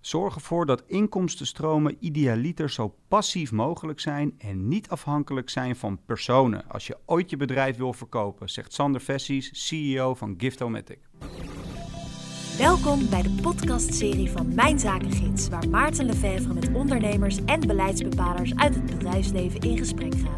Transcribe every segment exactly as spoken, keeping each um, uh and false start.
Zorg ervoor dat inkomstenstromen idealiter zo passief mogelijk zijn en niet afhankelijk zijn van personen als je ooit je bedrijf wil verkopen, zegt Sander Vessies, C E O van Giftomatic. Welkom bij de podcastserie van Mijn Zakengids, waar Maarten Lefevre met ondernemers en beleidsbepalers uit het bedrijfsleven in gesprek gaat.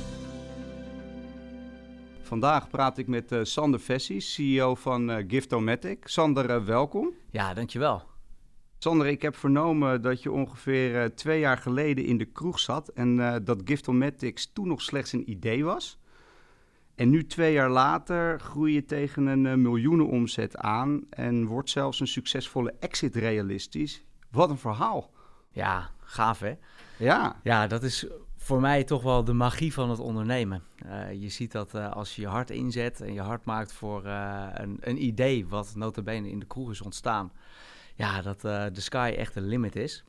Vandaag praat ik met uh, Sander Vessies, C E O van uh, Giftomatic. Sander, uh, welkom. Ja, dankjewel. Sander, ik heb vernomen dat je ongeveer uh, twee jaar geleden in de kroeg zat en uh, dat Giftomatic toen nog slechts een idee was. En nu twee jaar later groei je tegen een uh, miljoenenomzet aan en wordt zelfs een succesvolle exit realistisch. Wat een verhaal. Ja, gaaf hè? Ja. Ja, dat is voor mij toch wel de magie van het ondernemen. Uh, je ziet dat uh, als je je hart inzet en je hart maakt voor uh, een, een idee wat nota bene in de kroeg is ontstaan. Ja, dat uh, de sky echt de limit is.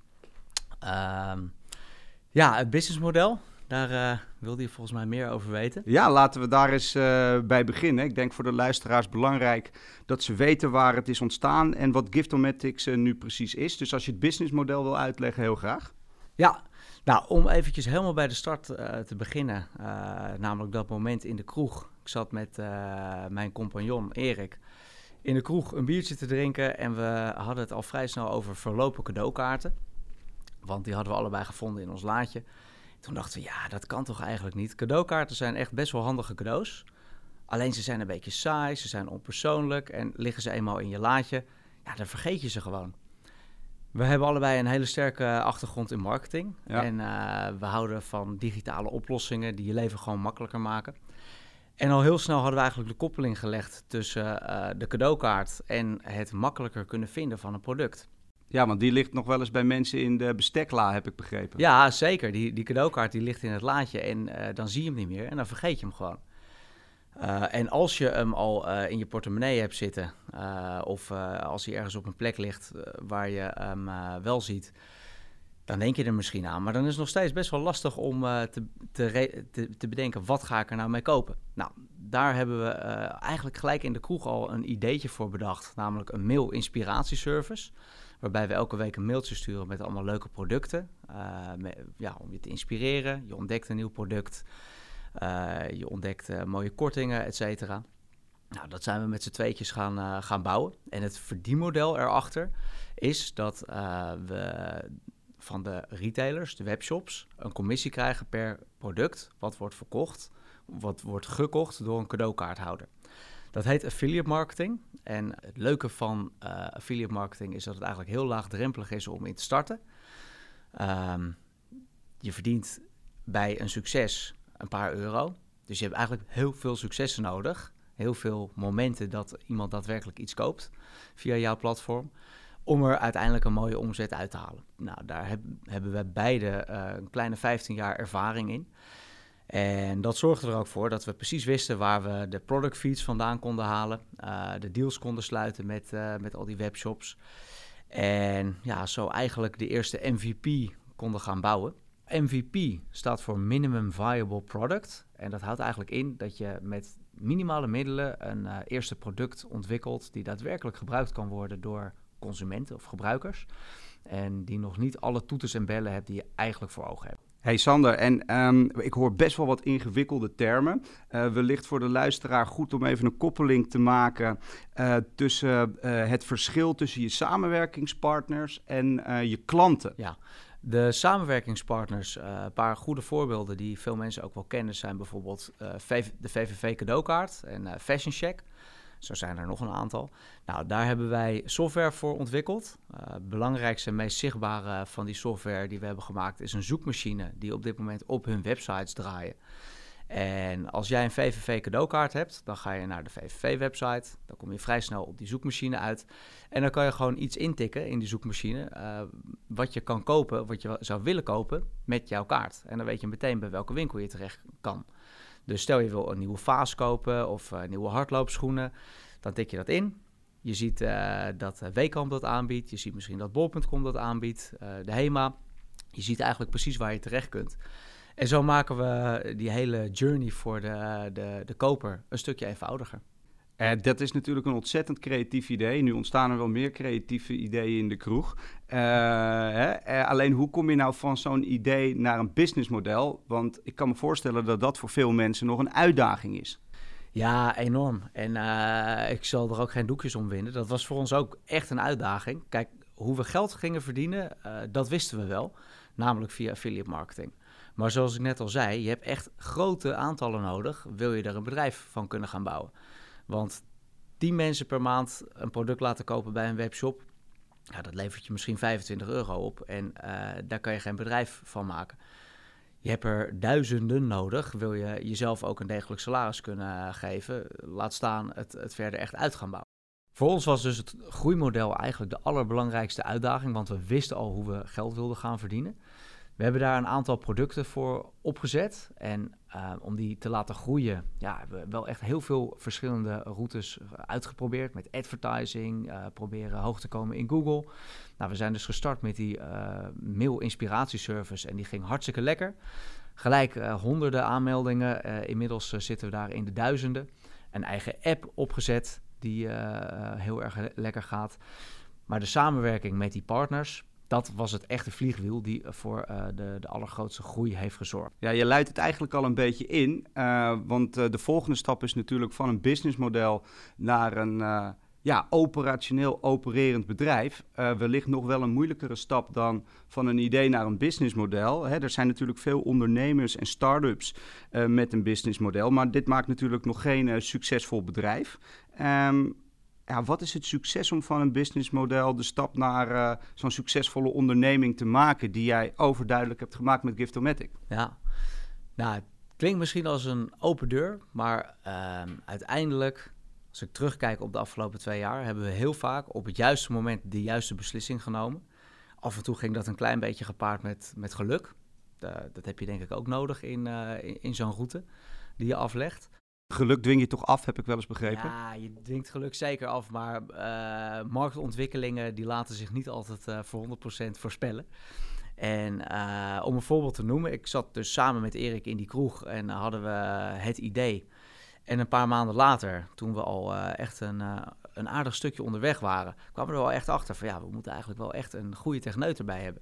Uh, ja, het businessmodel, daar uh, wilde je volgens mij meer over weten. Ja, laten we daar eens uh, bij beginnen. Ik denk voor de luisteraars belangrijk dat ze weten waar het is ontstaan en wat Giftomatic uh, nu precies is. Dus als je het businessmodel wil uitleggen, heel graag. Ja, nou, om eventjes helemaal bij de start uh, te beginnen, uh, namelijk dat moment in de kroeg. Ik zat met uh, mijn compagnon Erik in de kroeg een biertje te drinken en we hadden het al vrij snel over verlopen cadeaukaarten. Want die hadden we allebei gevonden in ons laadje. Toen dachten we, ja, dat kan toch eigenlijk niet. Cadeaukaarten zijn echt best wel handige cadeaus. Alleen ze zijn een beetje saai, ze zijn onpersoonlijk en liggen ze eenmaal in je laadje, ja, dan vergeet je ze gewoon. We hebben allebei een hele sterke achtergrond in marketing. Ja. En uh, we houden van digitale oplossingen die je leven gewoon makkelijker maken. En al heel snel hadden we eigenlijk de koppeling gelegd tussen uh, de cadeaukaart en het makkelijker kunnen vinden van een product. Ja, want die ligt nog wel eens bij mensen in de bestekla, heb ik begrepen. Ja, zeker. Die, die cadeaukaart die ligt in het laadje en uh, dan zie je hem niet meer en dan vergeet je hem gewoon. Uh, en als je hem al uh, in je portemonnee hebt zitten, uh, of uh, als hij ergens op een plek ligt uh, waar je hem uh, wel ziet, dan denk je er misschien aan. Maar dan is het nog steeds best wel lastig om uh, te, te, re- te, te bedenken, wat ga ik er nou mee kopen? Nou, daar hebben we uh, eigenlijk gelijk in de kroeg al een ideetje voor bedacht, namelijk een mail-inspiratieservice, waarbij we elke week een mailtje sturen met allemaal leuke producten, uh, met, ja, om je te inspireren. Je ontdekt een nieuw product. Uh, je ontdekt uh, mooie kortingen, et cetera. Nou, dat zijn we met z'n tweetjes gaan, uh, gaan bouwen. En het verdienmodel erachter is dat uh, we van de retailers, de webshops, een commissie krijgen per product wat wordt verkocht, wat wordt gekocht door een cadeaukaarthouder. Dat heet affiliate marketing. En het leuke van uh, affiliate marketing is dat het eigenlijk heel laagdrempelig is om in te starten. Um, je verdient bij een succes een paar euro. Dus je hebt eigenlijk heel veel successen nodig. Heel veel momenten dat iemand daadwerkelijk iets koopt via jouw platform, om er uiteindelijk een mooie omzet uit te halen. Nou, daar heb, hebben we beide uh, een kleine vijftien jaar ervaring in. En dat zorgde er ook voor dat we precies wisten waar we de product feeds vandaan konden halen. Uh, de deals konden sluiten met, uh, met al die webshops. En ja, zo eigenlijk de eerste M V P konden gaan bouwen. M V P staat voor Minimum Viable Product. En dat houdt eigenlijk in dat je met minimale middelen een uh, eerste product ontwikkelt die daadwerkelijk gebruikt kan worden door consumenten of gebruikers. En die nog niet alle toeters en bellen hebt die je eigenlijk voor ogen hebt. Hey Sander, en um, ik hoor best wel wat ingewikkelde termen. Uh, wellicht voor de luisteraar goed om even een koppeling te maken uh, tussen uh, het verschil tussen je samenwerkingspartners en uh, je klanten. Ja. De samenwerkingspartners, uh, een paar goede voorbeelden die veel mensen ook wel kennen, zijn bijvoorbeeld uh, v- de V V V cadeaukaart en uh, Fashion Check. Zo zijn er nog een aantal. Nou, daar hebben wij software voor ontwikkeld. Uh, het belangrijkste en meest zichtbare van die software die we hebben gemaakt is een zoekmachine die op dit moment op hun websites draaien. En als jij een V V V cadeaukaart hebt, dan ga je naar de V V V-website. Dan kom je vrij snel op die zoekmachine uit. En dan kan je gewoon iets intikken in die zoekmachine uh, wat je kan kopen, wat je zou willen kopen met jouw kaart. En dan weet je meteen bij welke winkel je terecht kan. Dus stel je wil een nieuwe vaas kopen of uh, nieuwe hardloopschoenen, dan tik je dat in. Je ziet uh, dat Weekamp dat aanbiedt. Je ziet misschien dat bol punt com dat aanbiedt, uh, de HEMA. Je ziet eigenlijk precies waar je terecht kunt. En zo maken we die hele journey voor de, de, de koper een stukje eenvoudiger. Uh, dat is natuurlijk een ontzettend creatief idee. Nu ontstaan er wel meer creatieve ideeën in de kroeg. Uh, hè? Uh, alleen hoe kom je nou van zo'n idee naar een businessmodel? Want ik kan me voorstellen dat dat voor veel mensen nog een uitdaging is. Ja, enorm. En uh, ik zal er ook geen doekjes om winden. Dat was voor ons ook echt een uitdaging. Kijk, hoe we geld gingen verdienen, uh, dat wisten we wel. Namelijk via affiliate marketing. Maar zoals ik net al zei, je hebt echt grote aantallen nodig. Wil je er een bedrijf van kunnen gaan bouwen? Want tien mensen per maand een product laten kopen bij een webshop, ja, dat levert je misschien vijfentwintig euro op. En uh, daar kan je geen bedrijf van maken. Je hebt er duizenden nodig. Wil je jezelf ook een degelijk salaris kunnen geven, laat staan het, het verder echt uit gaan bouwen. Voor ons was dus het groeimodel eigenlijk de allerbelangrijkste uitdaging, want we wisten al hoe we geld wilden gaan verdienen. We hebben daar een aantal producten voor opgezet en uh, om die te laten groeien, ja, hebben we wel echt heel veel verschillende routes uitgeprobeerd met advertising, uh, proberen hoog te komen in Google. Nou, we zijn dus gestart met die uh, mail-inspiratieservice en die ging hartstikke lekker. Gelijk uh, honderden aanmeldingen, uh, inmiddels uh, zitten we daar in de duizenden. Een eigen app opgezet die uh, uh, heel erg le- lekker gaat. Maar de samenwerking met die partners, dat was het echte vliegwiel die voor uh, de, de allergrootste groei heeft gezorgd. Ja, je luidt het eigenlijk al een beetje in. Uh, want uh, de volgende stap is natuurlijk van een businessmodel naar een uh, ja, operationeel opererend bedrijf. Uh, wellicht nog wel een moeilijkere stap dan van een idee naar een businessmodel. Hè, er zijn natuurlijk veel ondernemers en start-ups uh, met een businessmodel. Maar dit maakt natuurlijk nog geen uh, succesvol bedrijf. Um, Ja, wat is het succes om van een businessmodel de stap naar uh, zo'n succesvolle onderneming te maken die jij overduidelijk hebt gemaakt met Giftomatic? Ja, nou, het klinkt misschien als een open deur, maar uh, uiteindelijk, als ik terugkijk op de afgelopen twee jaar, hebben we heel vaak op het juiste moment de juiste beslissing genomen. Af en toe ging dat een klein beetje gepaard met, met geluk. Uh, dat heb je denk ik ook nodig in, uh, in, in zo'n route die je aflegt. Geluk dwing je toch af, heb ik wel eens begrepen? Ja, je dwingt geluk zeker af, maar uh, marktontwikkelingen die laten zich niet altijd uh, voor honderd procent voorspellen. En uh, om een voorbeeld te noemen, ik zat dus samen met Erik in die kroeg en uh, hadden we het idee. En een paar maanden later, toen we al uh, echt een, uh, een aardig stukje onderweg waren, kwamen we er wel echt achter van ja, we moeten eigenlijk wel echt een goede techneut erbij hebben.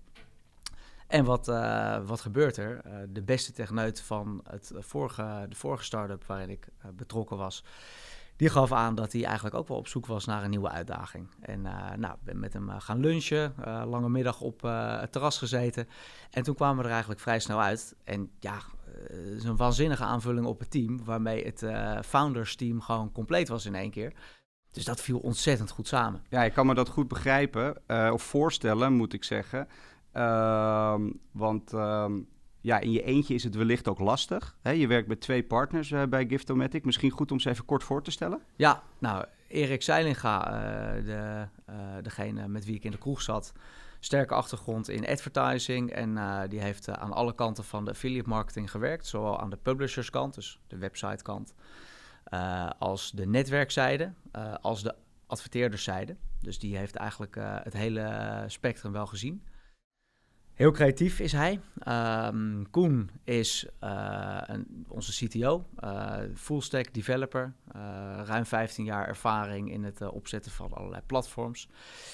En wat, uh, wat gebeurt er? Uh, de beste techneut van het vorige, de vorige start-up waarin ik uh, betrokken was, die gaf aan dat hij eigenlijk ook wel op zoek was naar een nieuwe uitdaging. En uh, nou, ik ben met hem uh, gaan lunchen, uh, lange middag op uh, het terras gezeten. En toen kwamen we er eigenlijk vrij snel uit. En ja, het uh, is een waanzinnige aanvulling op het team, waarmee het uh, founders team gewoon compleet was in één keer. Dus dat viel ontzettend goed samen. Ja, ik kan me dat goed begrijpen, uh, of voorstellen, moet ik zeggen. Uh, want uh, ja, in je eentje is het wellicht ook lastig. Hè? Je werkt met twee partners uh, bij Giftomatic. Misschien goed om ze even kort voor te stellen. Ja, nou, Erik Seilinga, uh, de, uh, degene met wie ik in de kroeg zat, sterke achtergrond in advertising. En uh, die heeft uh, aan alle kanten van de affiliate marketing gewerkt. Zowel aan de publisherskant, dus de websitekant, uh, als de netwerkzijde, uh, als de adverteerderszijde. Dus die heeft eigenlijk uh, het hele spectrum wel gezien. Heel creatief is hij. Um, Koen is uh, een, onze C T O, uh, full-stack developer. Uh, ruim vijftien jaar ervaring in het uh, opzetten van allerlei platforms.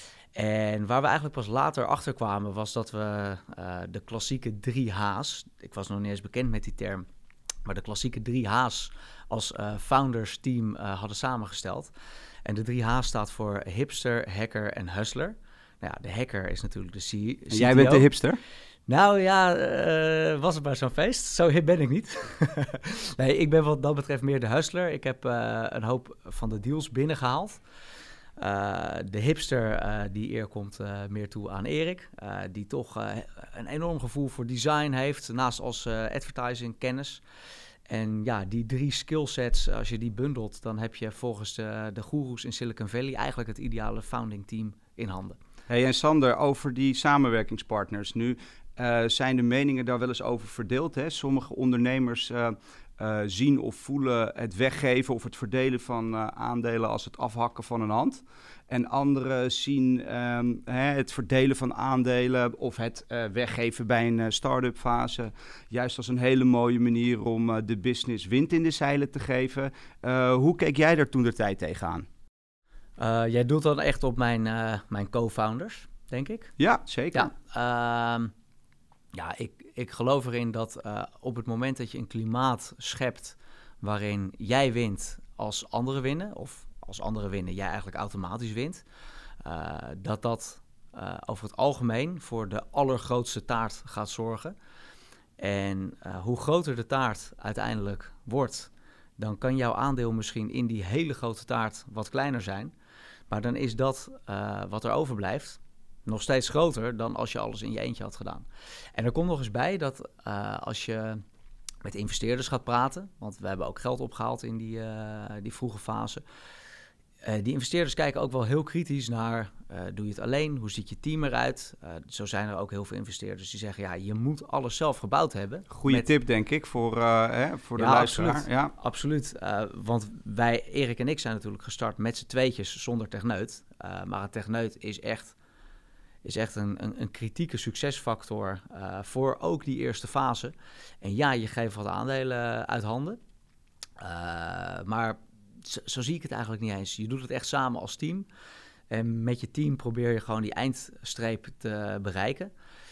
En waar we eigenlijk pas later achter kwamen was dat we uh, de klassieke drie H's... Ik was nog niet eens bekend met die term, maar de klassieke drie H's als uh, founders team uh, hadden samengesteld. En de drie H's staat voor hipster, hacker en hustler. Nou ja, de hacker is natuurlijk de C E O. En jij bent de hipster? Nou ja, uh, was het maar zo'n feest. Zo hip ben ik niet. Nee, ik ben wat dat betreft meer de hustler. Ik heb uh, een hoop van de deals binnengehaald. Uh, de hipster, uh, die eer komt uh, meer toe aan Erik. Uh, die toch uh, een enorm gevoel voor design heeft, naast als uh, advertising kennis. En ja, die drie skillsets, als je die bundelt, dan heb je volgens de, de goeroes in Silicon Valley eigenlijk het ideale founding team in handen. Hey, en Sander, over die samenwerkingspartners. Nu uh, zijn de meningen daar wel eens over verdeeld. Hè? Sommige ondernemers uh, uh, zien of voelen het weggeven of het verdelen van uh, aandelen als het afhakken van een hand. En anderen zien um, hè, het verdelen van aandelen of het uh, weggeven bij een uh, start-up fase juist als een hele mooie manier om uh, de business wind in de zeilen te geven. Uh, hoe keek jij daar toen de tijd tegenaan? Uh, jij doelt dan echt op mijn, uh, mijn co-founders, denk ik? Ja, zeker. Ja, uh, ja ik, ik geloof erin dat uh, op het moment dat je een klimaat schept waarin jij wint als anderen winnen, of als anderen winnen, jij eigenlijk automatisch wint, uh, dat dat uh, over het algemeen voor de allergrootste taart gaat zorgen. En uh, hoe groter de taart uiteindelijk wordt, dan kan jouw aandeel misschien in die hele grote taart wat kleiner zijn. Maar dan is dat uh, wat er overblijft nog steeds groter dan als je alles in je eentje had gedaan. En er komt nog eens bij dat uh, als je met investeerders gaat praten, want we hebben ook geld opgehaald in die, uh, die vroege fase. Uh, die investeerders kijken ook wel heel kritisch naar, uh, doe je het alleen? Hoe ziet je team eruit? Uh, zo zijn er ook heel veel investeerders die zeggen, ja, je moet alles zelf gebouwd hebben. Goeie met... tip, denk ik, voor, uh, hè, voor de ja, luisteraar. Absoluut. Ja, absoluut. Uh, want wij, Erik en ik, zijn natuurlijk gestart met z'n tweetjes zonder techneut. Uh, maar een techneut is echt, is echt een, een, een kritieke succesfactor uh, voor ook die eerste fase. En ja, je geeft wat aandelen uit handen. Uh, maar... Zo, zo zie ik het eigenlijk niet eens. Je doet het echt samen als team. En met je team probeer je gewoon die eindstreep te bereiken.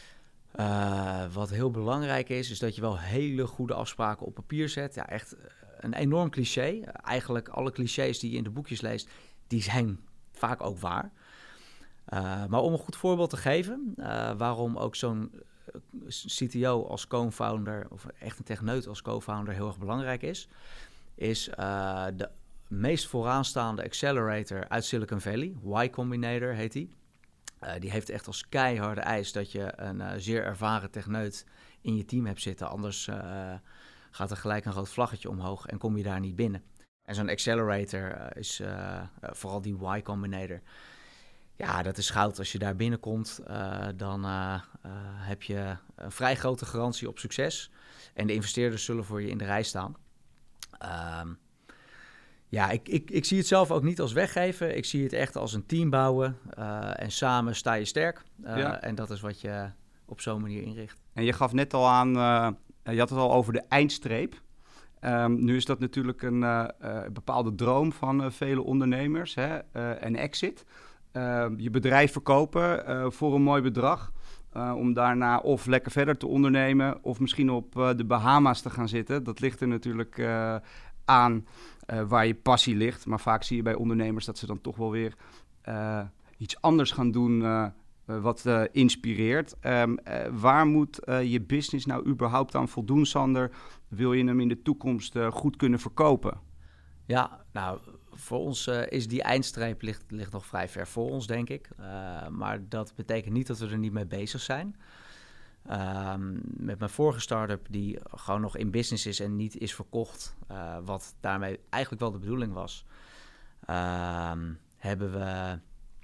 Uh, wat heel belangrijk is, is dat je wel hele goede afspraken op papier zet. Ja, echt een enorm cliché. Eigenlijk alle clichés die je in de boekjes leest, die zijn vaak ook waar. Uh, maar om een goed voorbeeld te geven, uh, waarom ook zo'n C T O als co-founder, of echt een techneut als co-founder heel erg belangrijk is, is uh, de meest vooraanstaande accelerator uit Silicon Valley, Y Combinator heet die. Uh, die heeft echt als keiharde eis dat je een uh, zeer ervaren techneut in je team hebt zitten. Anders uh, gaat er gelijk een rood vlaggetje omhoog en kom je daar niet binnen. En zo'n accelerator uh, is uh, uh, vooral die Y Combinator. Ja, dat is goud. Als je daar binnenkomt, uh, dan uh, uh, heb je een vrij grote garantie op succes. En de investeerders zullen voor je in de rij staan. Uh, Ja, ik, ik, ik zie het zelf ook niet als weggeven. Ik zie het echt als een team bouwen. Uh, en samen sta je sterk. Uh, ja. En dat is wat je op zo'n manier inricht. En je gaf net al aan, uh, je had het al over de eindstreep. Um, nu is dat natuurlijk een uh, uh, bepaalde droom van uh, vele ondernemers. Hè? Uh, een exit. Uh, je bedrijf verkopen uh, voor een mooi bedrag. Uh, om daarna of lekker verder te ondernemen of misschien op uh, de Bahama's te gaan zitten. Dat ligt er natuurlijk uh, aan uh, waar je passie ligt. Maar vaak zie je bij ondernemers dat ze dan toch wel weer uh, iets anders gaan doen uh, uh, wat uh, inspireert. Um, uh, waar moet uh, je business nou überhaupt aan voldoen, Sander? Wil je hem in de toekomst uh, goed kunnen verkopen? Ja, nou, voor ons uh, is die eindstreep ligt, ligt nog vrij ver voor ons, denk ik. Uh, maar dat betekent niet dat we er niet mee bezig zijn. Uh, met mijn vorige start-up, die gewoon nog in business is en niet is verkocht, uh, wat daarmee eigenlijk wel de bedoeling was, uh, hebben we,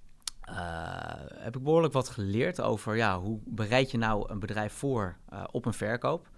uh, heb ik behoorlijk wat geleerd over ja, hoe bereid je nou een bedrijf voor uh, op een verkoop.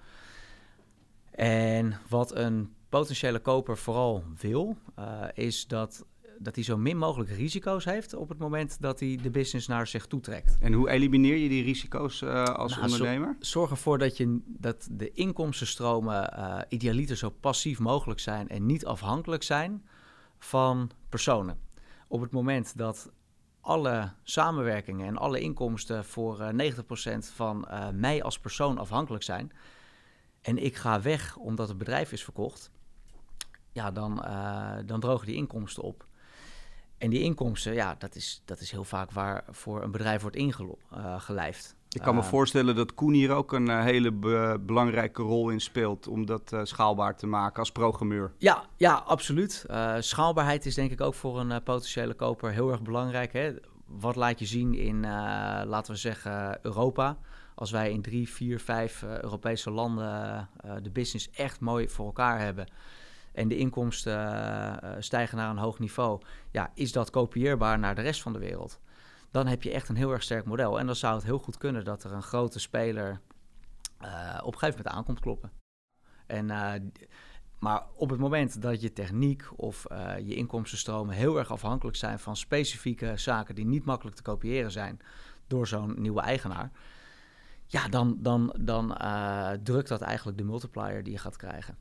En wat een potentiële koper vooral wil, uh, is dat, dat hij zo min mogelijk risico's heeft op het moment dat hij de business naar zich toe trekt. En hoe elimineer je die risico's uh, als nou, ondernemer? Zo, zorg ervoor dat, je, dat de inkomstenstromen uh, idealiter zo passief mogelijk zijn en niet afhankelijk zijn van personen. Op het moment dat alle samenwerkingen en alle inkomsten voor uh, negentig procent van uh, mij als persoon afhankelijk zijn en ik ga weg omdat het bedrijf is verkocht, ja, dan, uh, dan drogen die inkomsten op. En die inkomsten, ja, dat is, dat is heel vaak waar voor een bedrijf wordt ingelijfd. Uh, ik kan me uh, voorstellen dat Koen hier ook een uh, hele be- belangrijke rol in speelt om dat uh, schaalbaar te maken als programmeur. Ja, ja, absoluut. Uh, schaalbaarheid is denk ik ook voor een uh, potentiële koper heel erg belangrijk. Hè? Wat laat je zien in, uh, laten we zeggen, Europa? Als wij in drie, vier, vijf uh, Europese landen uh, de business echt mooi voor elkaar hebben en de inkomsten uh, stijgen naar een hoog niveau, ja, is dat kopieerbaar naar de rest van de wereld? Dan heb je echt een heel erg sterk model. En dan zou het heel goed kunnen dat er een grote speler uh, op een gegeven moment aankomt kloppen. En uh, Maar op het moment dat je techniek of uh, je inkomstenstromen heel erg afhankelijk zijn van specifieke zaken die niet makkelijk te kopiëren zijn door zo'n nieuwe eigenaar, ja, dan, dan, dan uh, drukt dat eigenlijk de multiplier die je gaat krijgen.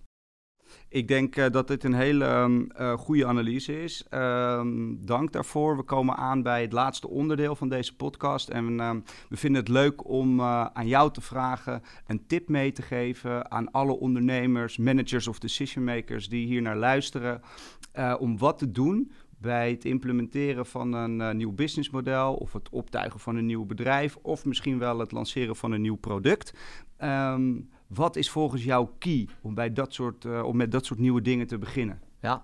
Ik denk uh, dat dit een hele uh, goede analyse is. Uh, dank daarvoor. We komen aan bij het laatste onderdeel van deze podcast. En uh, we vinden het leuk om uh, aan jou te vragen een tip mee te geven aan alle ondernemers, managers of decision makers die hier naar luisteren. Uh, om wat te doen bij het implementeren van een uh, nieuw businessmodel of het optuigen van een nieuw bedrijf of misschien wel het lanceren van een nieuw product. Um, Wat is volgens jou key om, bij dat soort, uh, om met dat soort nieuwe dingen te beginnen? Ja,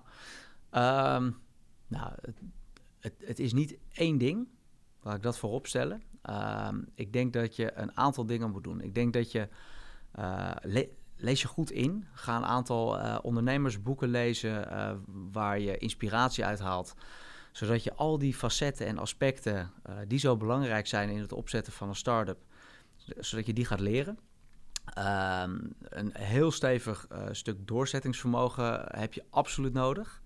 um, nou, het, het, het is niet één ding, laat ik dat voorop stellen. Um, ik denk dat je een aantal dingen moet doen. Ik denk dat je, uh, le- lees je goed in, ga een aantal uh, ondernemersboeken lezen uh, waar je inspiratie uit haalt. Zodat je al die facetten en aspecten uh, die zo belangrijk zijn in het opzetten van een start-up, zodat je die gaat leren. Um, een heel stevig uh, stuk doorzettingsvermogen heb je absoluut nodig.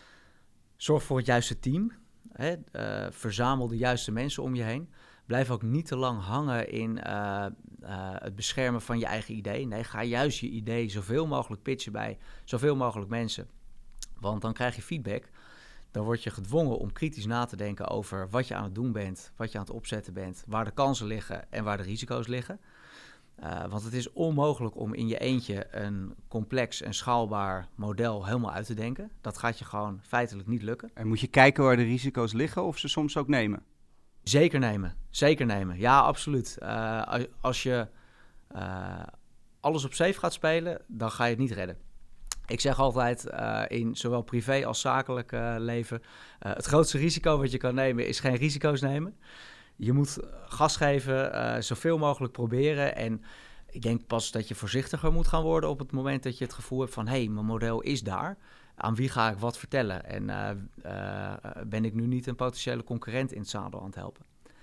Zorg voor het juiste team. Hè? Uh, verzamel de juiste mensen om je heen. Blijf ook niet te lang hangen in uh, uh, het beschermen van je eigen idee. Nee, ga juist je idee zoveel mogelijk pitchen bij zoveel mogelijk mensen. Want dan krijg je feedback. Dan word je gedwongen om kritisch na te denken over wat je aan het doen bent, wat je aan het opzetten bent, waar de kansen liggen en waar de risico's liggen. Uh, want het is onmogelijk om in je eentje een complex en schaalbaar model helemaal uit te denken. Dat gaat je gewoon feitelijk niet lukken. En moet je kijken waar de risico's liggen of ze soms ook nemen? Zeker nemen, zeker nemen. Ja, absoluut. Uh, als je uh, alles op safe gaat spelen, dan ga je het niet redden. Ik zeg altijd uh, in zowel privé als zakelijk uh, leven, uh, het grootste risico wat je kan nemen is geen risico's nemen. Je moet gas geven, uh, zoveel mogelijk proberen. En ik denk pas dat je voorzichtiger moet gaan worden op het moment dat je het gevoel hebt van hé, hey, mijn model is daar. Aan wie ga ik wat vertellen? En uh, uh, ben ik nu niet een potentiële concurrent in het zadel aan het helpen?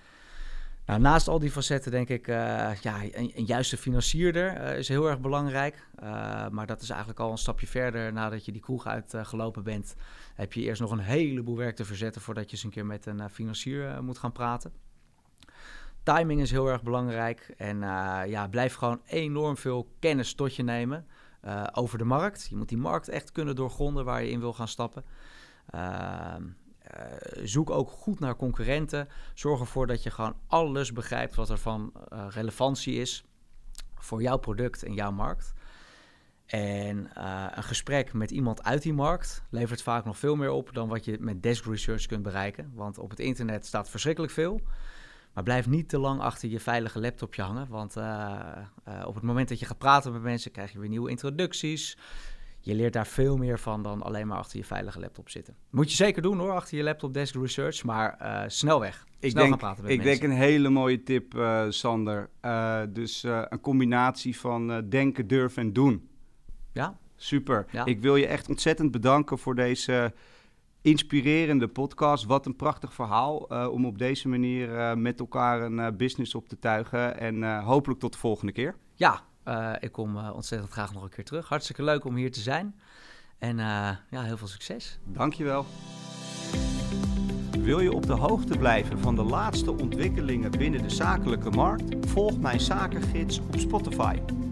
Nou, naast al die facetten denk ik, uh, ja, een, een juiste financierder uh, is heel erg belangrijk. Uh, maar dat is eigenlijk al een stapje verder. Nadat je die kroeg uitgelopen uh, bent, heb je eerst nog een heleboel werk te verzetten voordat je eens een keer met een uh, financier uh, moet gaan praten. Timing is heel erg belangrijk en uh, ja, blijf gewoon enorm veel kennis tot je nemen uh, over de markt. Je moet die markt echt kunnen doorgronden waar je in wil gaan stappen. Uh, uh, zoek ook goed naar concurrenten. Zorg ervoor dat je gewoon alles begrijpt wat er van uh, relevantie is voor jouw product en jouw markt. En uh, een gesprek met iemand uit die markt levert vaak nog veel meer op dan wat je met desk research kunt bereiken. Want op het internet staat verschrikkelijk veel. Maar blijf niet te lang achter je veilige laptopje hangen. Want uh, uh, op het moment dat je gaat praten met mensen, krijg je weer nieuwe introducties. Je leert daar veel meer van dan alleen maar achter je veilige laptop zitten. Moet je zeker doen hoor, achter je laptop desk research. Maar uh, snel weg. Ik snel denk, gaan praten met ik mensen. Ik denk een hele mooie tip, uh, Sander. Uh, dus uh, een combinatie van uh, denken, durven en doen. Ja. Super. Ja. Ik wil je echt ontzettend bedanken voor deze inspirerende podcast. Wat een prachtig verhaal uh, om op deze manier uh, met elkaar een uh, business op te tuigen. En uh, hopelijk tot de volgende keer. Ja, uh, ik kom uh, ontzettend graag nog een keer terug. Hartstikke leuk om hier te zijn. En uh, ja, heel veel succes. Dankjewel. Wil je op de hoogte blijven van de laatste ontwikkelingen binnen de zakelijke markt? Volg mijn zakengids op Spotify.